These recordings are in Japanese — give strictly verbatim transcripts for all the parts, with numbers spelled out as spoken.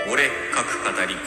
俺各語り。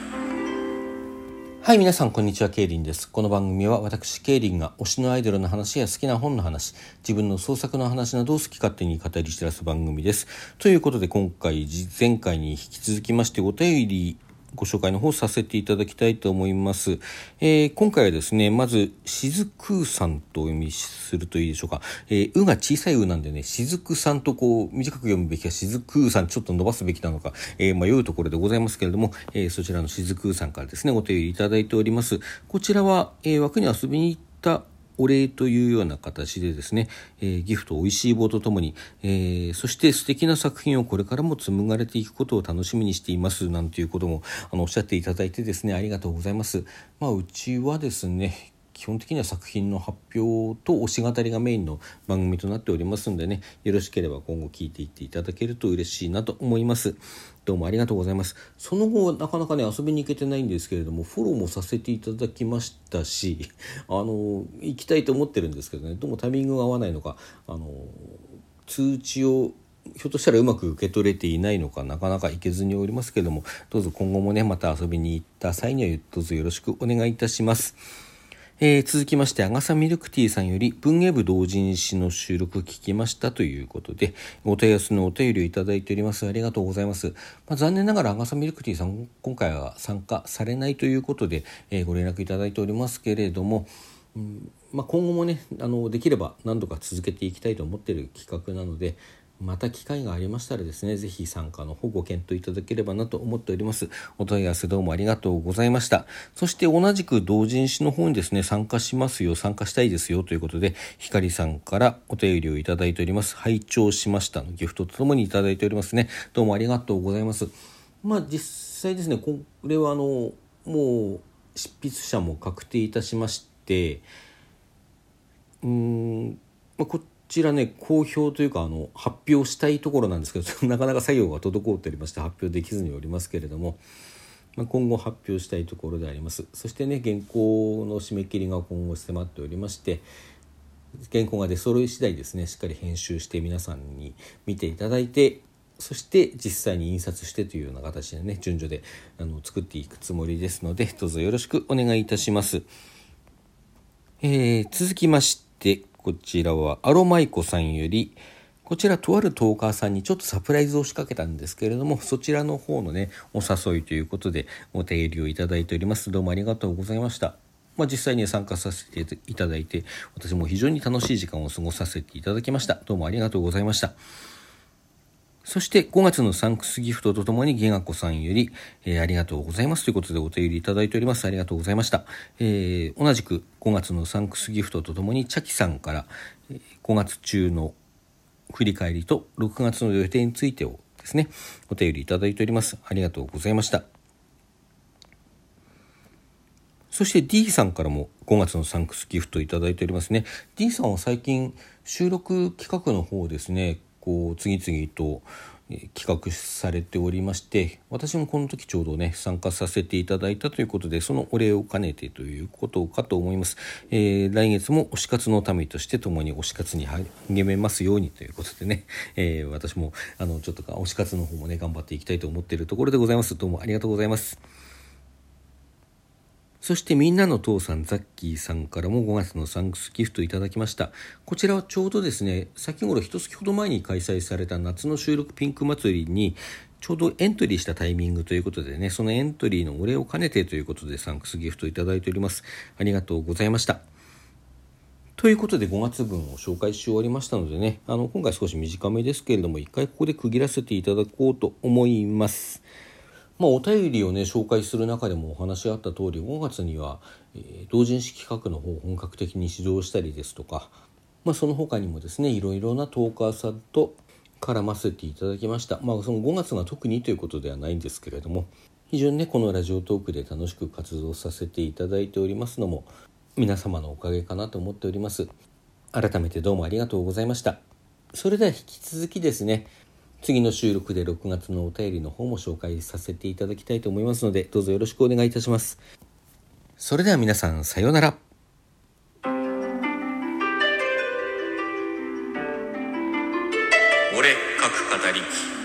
はい、皆さんこんにちは、ケイリンです。この番組は私ケイリンが推しのアイドルの話や好きな本の話、自分の創作の話などを好き勝手に語り散らす番組です。ということで今回前回に引き続きましてお便りご紹介の方させていただきたいと思います。えー、今回はですね、まずしずくさんとお読みするといいでしょうか。えー、うが小さいうなんでね、しずくさんとこう短く読むべきかしずくさんちょっと伸ばすべきなのか、えー、迷うところでございますけれども、えー、そちらのしずくさんからですねお手入れいただいております。こちらは、えー、枠に遊びに行ったお礼というような形でですね、えー、ギフトおいしい棒とともに、えー、そして素敵な作品をこれからも紡がれていくことを楽しみにしていますなんていうこともあのおっしゃっていただいてですね、ありがとうございます。まあ、うちはですね基本的には作品の発表と推し語りがメインの番組となっておりますのでね、よろしければ今後聞いていっていただけると嬉しいなと思います。どうもありがとうございます。その後なかなかね遊びに行けてないんですけれども、フォローもさせていただきましたし、あの行きたいと思ってるんですけどね、どうもタイミングが合わないのか、あの通知をひょっとしたらうまく受け取れていないのか、なかなか行けずにおりますけれども、どうぞ今後もねまた遊びに行った際にはどうぞよろしくお願いいたします。えー、続きましてアガサミルクティーさんより文芸部同人誌の収録聞きましたということでお問い合わせのお便りをいただいております。ありがとうございます。まあ、残念ながらアガサミルクティーさん今回は参加されないということで、えー、ご連絡いただいておりますけれども、うんまあ、今後もねあのできれば何度か続けていきたいと思っている企画なので、また機会がありましたらですね、ぜひ参加の方ご検討いただければなと思っております。お問い合わせどうもありがとうございました。そして同じく同人誌の方にですね参加しますよ、参加したいですよということでひかりさんからお便りをいただいております。拝聴しましたのギフトとともにいただいておりますね。どうもありがとうございます。まあ実際ですね、これはあのもう執筆者も確定いたしまして、うーん、まあ、ここちらね公表というかあの発表したいところなんですけど、なかなか作業が滞っておりまして発表できずにおりますけれども、まあ、今後発表したいところであります。そしてね原稿の締め切りが今後迫っておりまして、原稿が出揃い次第ですねしっかり編集して皆さんに見ていただいて、そして実際に印刷してというような形でね順序であの作っていくつもりですので、どうぞよろしくお願いいたします。えー、続きましてこちらはアロマイコさんより、こちらとあるトーカーさんにちょっとサプライズを仕掛けたんですけれども、そちらの方のねお誘いということでお手入れをいただいております。どうもありがとうございました。まあ、実際に参加させていただいて私も非常に楽しい時間を過ごさせていただきました。どうもありがとうございました。そしてごがつのサンクスギフトとともにゲガコさんより、えー、ありがとうございますということでお手入れいただいております。ありがとうございました。えー、同じくごがつのサンクスギフトとともにチャキさんから、えー、ごがつ中の振り返りとろくがつの予定についてをですねお手入れいただいております。ありがとうございました。そして D さんからもごがつのサンクスギフトいただいておりますね。 D さんは最近収録企画の方ですねこう次々と企画されておりまして、私もこの時ちょうどね参加させていただいたということで、そのお礼を兼ねてということかと思います。えー、来月も推し活のためとして共に推し活に励めますようにということでね、えー、私もあのちょっと推し活の方もね頑張っていきたいと思っているところでございます。どうもありがとうございます。そしてみんなの父さんザッキーさんからもごがつのサンクスギフトいただきました。こちらはちょうどですね先頃一月ほど前に開催された夏の収録ピンク祭りにちょうどエントリーしたタイミングということでね、そのエントリーのお礼を兼ねてということでサンクスギフトいただいております。ありがとうございました。ということでごがつぶんを紹介し終わりましたのでね、あの今回少し短めですけれども一回ここで区切らせていただこうと思います。まあ、お便りをね紹介する中でもお話があった通りごがつには、えー、同人誌企画の方を本格的に指導したりですとか、まあ、その他にもですねいろいろなトーカーさんと絡ませていただきました。まあそのごがつが特にということではないんですけれども、非常にねこのラジオトークで楽しく活動させていただいておりますのも皆様のおかげかなと思っております。改めてどうもありがとうございました。それでは引き続きですね次の収録でろくがつのお便りの方も紹介させていただきたいと思いますので、どうぞよろしくお願いいたします。それでは皆さんさようなら。 俺各語り。